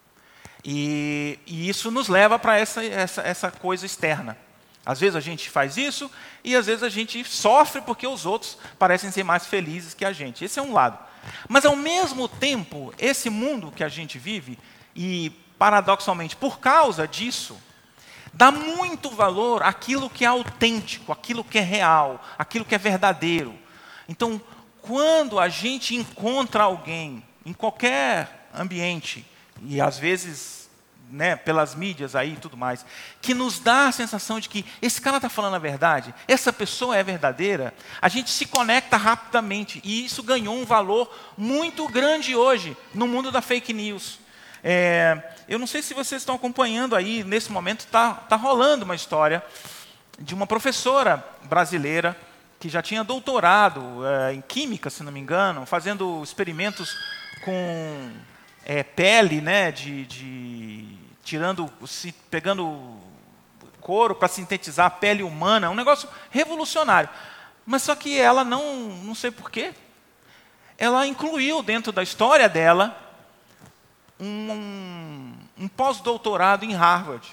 E, e isso nos leva para essa, essa, essa coisa externa. Às vezes a gente faz isso e às vezes a gente sofre porque os outros parecem ser mais felizes que a gente. Esse é um lado. Mas ao mesmo tempo, esse mundo que a gente vive, e paradoxalmente por causa disso, dá muito valor àquilo que é autêntico, àquilo que é real, àquilo que é verdadeiro. Então, quando a gente encontra alguém em qualquer ambiente, e às vezes... Né, pelas mídias aí e tudo mais, que nos dá a sensação de que esse cara está falando a verdade, essa pessoa é verdadeira, a gente se conecta rapidamente, e isso ganhou um valor muito grande hoje, no mundo da fake news. É, eu não sei se vocês estão acompanhando aí, nesse momento está tá rolando uma história de uma professora brasileira, que já tinha doutorado é, em química, se não me engano, fazendo experimentos com... É, pele, né, de, de tirando, se, pegando couro para sintetizar a pele humana, um negócio revolucionário. Mas só que ela não, não sei porquê, ela incluiu dentro da história dela um, um, um pós-doutorado em Harvard.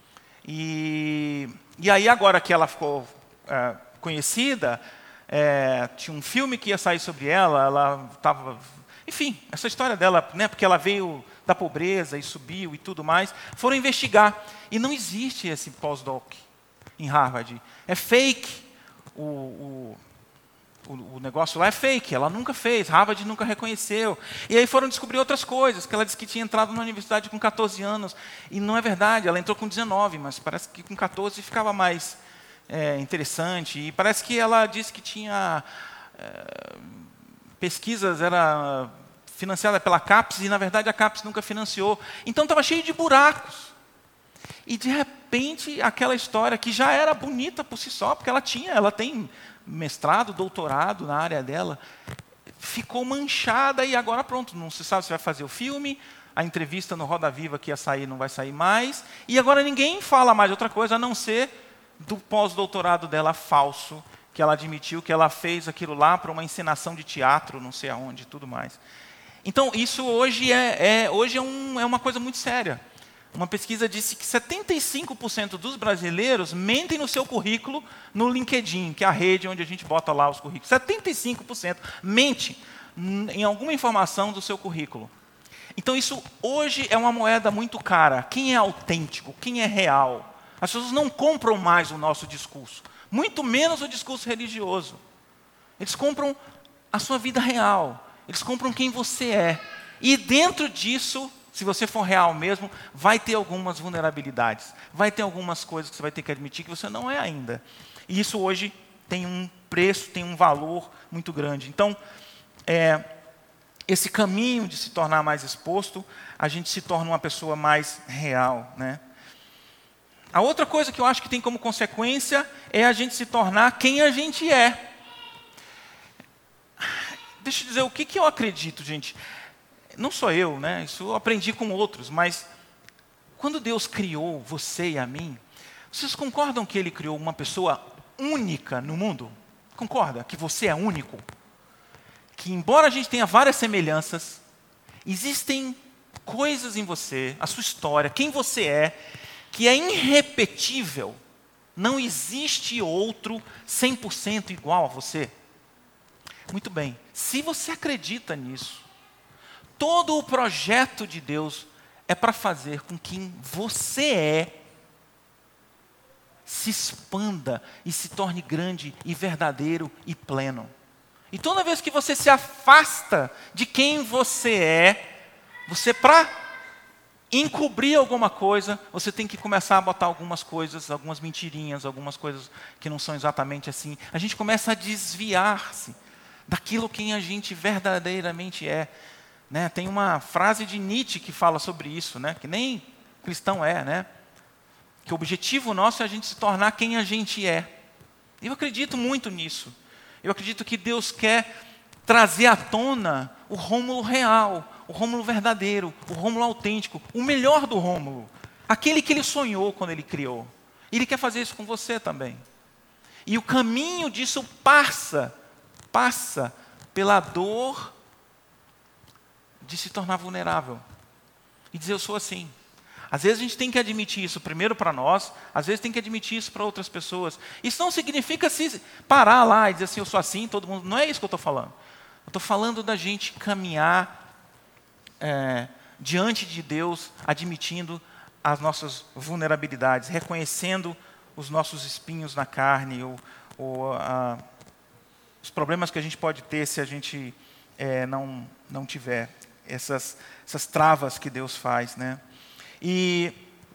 E, e aí agora que ela ficou é, conhecida, é, tinha um filme que ia sair sobre ela, ela estava... Enfim, essa história dela, né, porque ela veio da pobreza e subiu e tudo mais, foram investigar. E não existe esse pós-doc em Harvard. É fake. O, o, o, o negócio lá é fake. Ela nunca fez. Harvard nunca reconheceu. E aí foram descobrir outras coisas. Que ela disse que tinha entrado na universidade com catorze anos. E não é verdade. Ela entrou com dezenove, mas parece que com catorze ficava mais é, interessante. E parece que ela disse que tinha... É, pesquisas era financiada pela CAPES e, na verdade, a CAPES nunca financiou. Então, estava cheio de buracos. E, de repente, aquela história que já era bonita por si só, porque ela tinha, ela tem mestrado, doutorado na área dela, ficou manchada e agora pronto, não se sabe se vai fazer o filme, a entrevista no Roda Viva que ia sair não vai sair mais, e agora ninguém fala mais de outra coisa a não ser do pós-doutorado dela falso, que ela admitiu que ela fez aquilo lá para uma encenação de teatro, não sei aonde e tudo mais. Então, isso hoje, é, é, hoje é, um, é uma coisa muito séria. Uma pesquisa disse que setenta e cinco por cento dos brasileiros mentem no seu currículo no LinkedIn, que é a rede onde a gente bota lá os currículos. setenta e cinco por cento mente em alguma informação do seu currículo. Então isso hoje é uma moeda muito cara. Quem é autêntico? Quem é real? As pessoas não compram mais o nosso discurso, muito menos o discurso religioso. Eles compram a sua vida real. Eles compram quem você é. E dentro disso, se você for real mesmo, vai ter algumas vulnerabilidades. Vai ter algumas coisas que você vai ter que admitir que você não é ainda. E isso hoje tem um preço, tem um valor muito grande. Então, é, esse caminho de se tornar mais exposto, a gente se torna uma pessoa mais real, né? A outra coisa que eu acho que tem como consequência é a gente se tornar quem a gente é. Deixa eu dizer, o que, que eu acredito, gente? Não sou eu, né? Isso eu aprendi com outros, mas quando Deus criou você e a mim, vocês concordam que Ele criou uma pessoa única no mundo? Concorda que você é único? Que embora a gente tenha várias semelhanças, existem coisas em você, a sua história, quem você é, que é irrepetível. Não existe outro cem por cento igual a você. Muito bem, se você acredita nisso, todo o projeto de Deus é para fazer com que você é se expanda e se torne grande e verdadeiro e pleno. E toda vez que você se afasta de quem você é, você, para encobrir alguma coisa, você tem que começar a botar algumas coisas, algumas mentirinhas, algumas coisas que não são exatamente assim. A gente começa a desviar-se daquilo quem a gente verdadeiramente é. Né? Tem uma frase de Nietzsche que fala sobre isso, né? Que nem cristão é, né? Que o objetivo nosso é a gente se tornar quem a gente é. Eu acredito muito nisso. Eu acredito que Deus quer trazer à tona o Rômulo real, o Rômulo verdadeiro, o Rômulo autêntico, o melhor do Rômulo, aquele que Ele sonhou quando Ele criou. Ele quer fazer isso com você também. E o caminho disso passa, passa pela dor de se tornar vulnerável e dizer eu sou assim. Às vezes a gente tem que admitir isso primeiro para nós, às vezes tem que admitir isso para outras pessoas. Isso não significa se parar lá e dizer assim, eu sou assim, todo mundo. Não é isso que eu estou falando. Eu estou falando da gente caminhar é, diante de Deus, admitindo as nossas vulnerabilidades, reconhecendo os nossos espinhos na carne, ou, ou a, os problemas que a gente pode ter se a gente é, não, não tiver essas, essas travas que Deus faz, né? E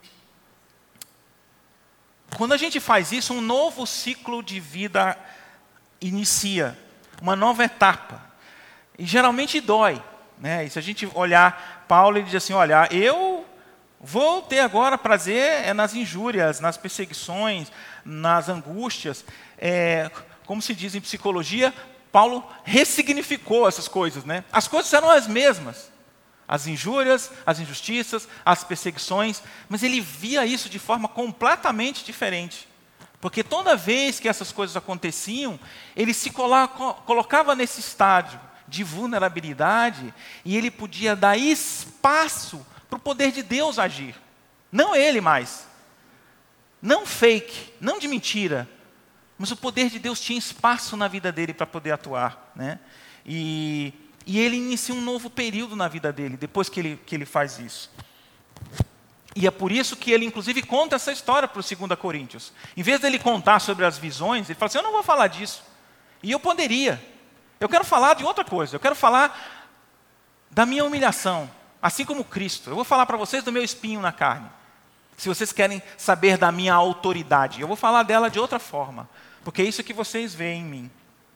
quando a gente faz isso, um novo ciclo de vida inicia, uma nova etapa. E geralmente dói, né? E se a gente olhar Paulo, ele diz assim, olha, eu vou ter agora prazer é nas injúrias, nas perseguições, nas angústias. É, como se diz em psicologia, Paulo ressignificou essas coisas, né? As coisas eram as mesmas. As injúrias, as injustiças, as perseguições, mas ele via isso de forma completamente diferente. Porque toda vez que essas coisas aconteciam, ele se colocava nesse estágio de vulnerabilidade e ele podia dar espaço para o poder de Deus agir. Não ele mais. Não fake, não de mentira, mas o poder de Deus tinha espaço na vida dele para poder atuar, né? E... E ele inicia um novo período na vida dele, depois que ele, que ele faz isso. E é por isso que ele, inclusive, conta essa história para o Segunda Coríntios. Em vez dele contar sobre as visões, ele fala assim, eu não vou falar disso. E eu poderia. Eu quero falar de outra coisa. Eu quero falar da minha humilhação, assim como Cristo. Eu vou falar para vocês do meu espinho na carne. Se vocês querem saber da minha autoridade, eu vou falar dela de outra forma. Porque é isso que vocês veem em mim.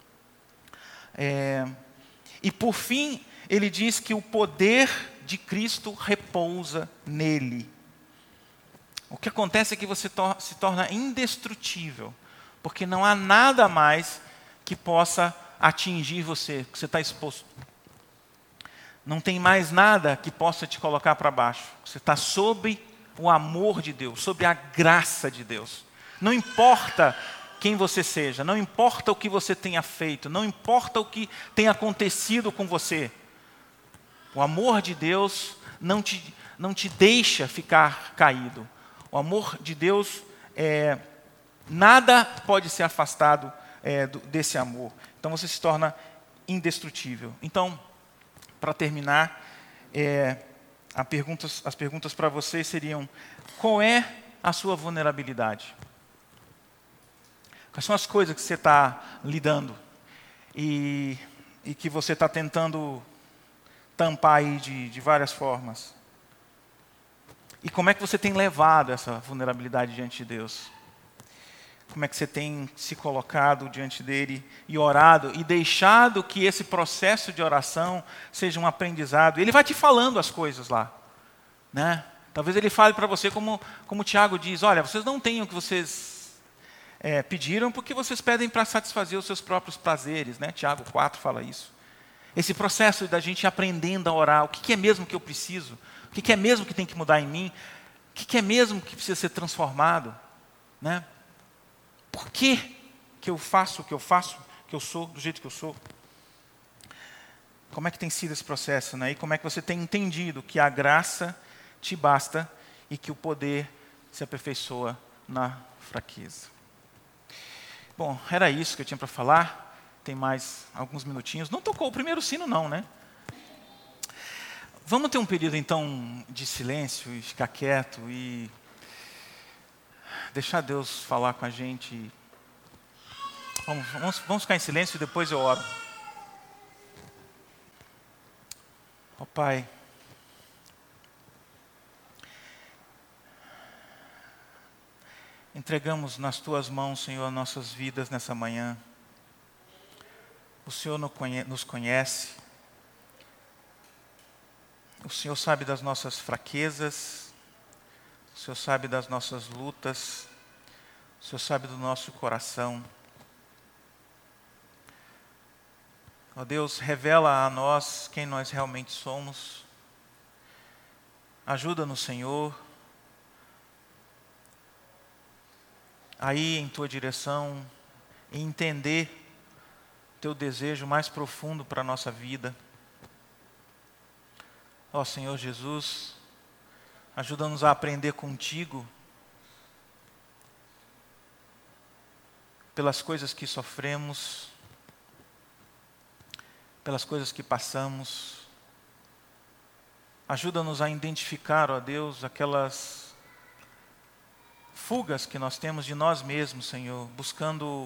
É... E por fim, ele diz que o poder de Cristo repousa nele. O que acontece é que você tor- se torna indestrutível, porque não há nada mais que possa atingir você, que você está exposto. Não tem mais nada que possa te colocar para baixo. Você está sob o amor de Deus, sob a graça de Deus. Não importa quem você seja, não importa o que você tenha feito, não importa o que tenha acontecido com você. O amor de Deus não te, não te deixa ficar caído. O amor de Deus, é, nada pode ser afastado é, do, desse amor. Então você se torna indestrutível. Então, para terminar, é, a perguntas, as perguntas para vocês seriam: qual é a sua vulnerabilidade? Quais são as coisas que você está lidando e, e que você está tentando tampar aí de, de várias formas? E como é que você tem levado essa vulnerabilidade diante de Deus? Como é que você tem se colocado diante dele e orado e deixado que esse processo de oração seja um aprendizado? Ele vai te falando as coisas lá, né? Talvez ele fale para você como, como o Tiago diz: olha, vocês não têm o que vocês é, pediram porque vocês pedem para satisfazer os seus próprios prazeres, né? Tiago quatro fala isso. Esse processo da gente aprendendo a orar, o que, que é mesmo que eu preciso? O que, que é mesmo que tem que mudar em mim? O que, que é mesmo que precisa ser transformado? Né? Por que, que eu faço o que eu faço, que eu sou, do jeito que eu sou? Como é que tem sido esse processo, né? E como é que você tem entendido que a graça te basta e que o poder se aperfeiçoa na fraqueza? Bom, era isso que eu tinha para falar. Tem mais alguns minutinhos. Não tocou o primeiro sino não, né? Vamos ter um período, então, de silêncio e ficar quieto e deixar Deus falar com a gente. Vamos, vamos, vamos ficar em silêncio e depois eu oro. Ó Pai, entregamos nas Tuas mãos, Senhor, nossas vidas nessa manhã. O Senhor nos conhece. O Senhor sabe das nossas fraquezas. O Senhor sabe das nossas lutas. O Senhor sabe do nosso coração. Ó Deus, revela a nós quem nós realmente somos. Ajuda-nos, Senhor, a ir em Tua direção e entender Teu desejo mais profundo para a nossa vida. Ó Senhor Jesus, ajuda-nos a aprender contigo pelas coisas que sofremos, pelas coisas que passamos. Ajuda-nos a identificar, ó Deus, aquelas fugas que nós temos de nós mesmos, Senhor, buscando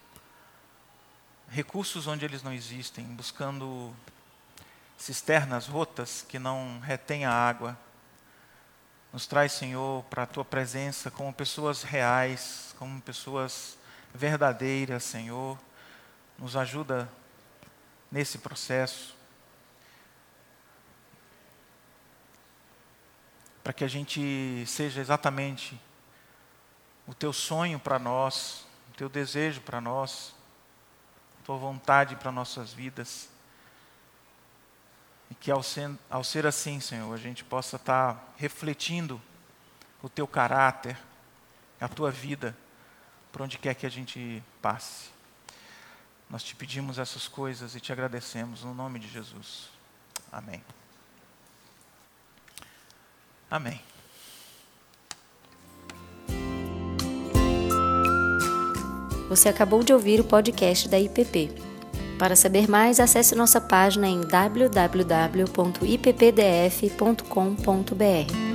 recursos onde eles não existem, buscando cisternas rotas que não retêm a água. Nos traz, Senhor, para a Tua presença como pessoas reais, como pessoas verdadeiras, Senhor. Nos ajuda nesse processo, para que a gente seja exatamente o Teu sonho para nós, o Teu desejo para nós, a Tua vontade para nossas vidas. E que ao ser, ao ser assim, Senhor, a gente possa estar refletindo o Teu caráter, a Tua vida, por onde quer que a gente passe. Nós Te pedimos essas coisas e Te agradecemos no nome de Jesus. Amém. Amém. Você acabou de ouvir o podcast da I P P. Para saber mais, acesse nossa página em w w w ponto i p p d f ponto com ponto b r.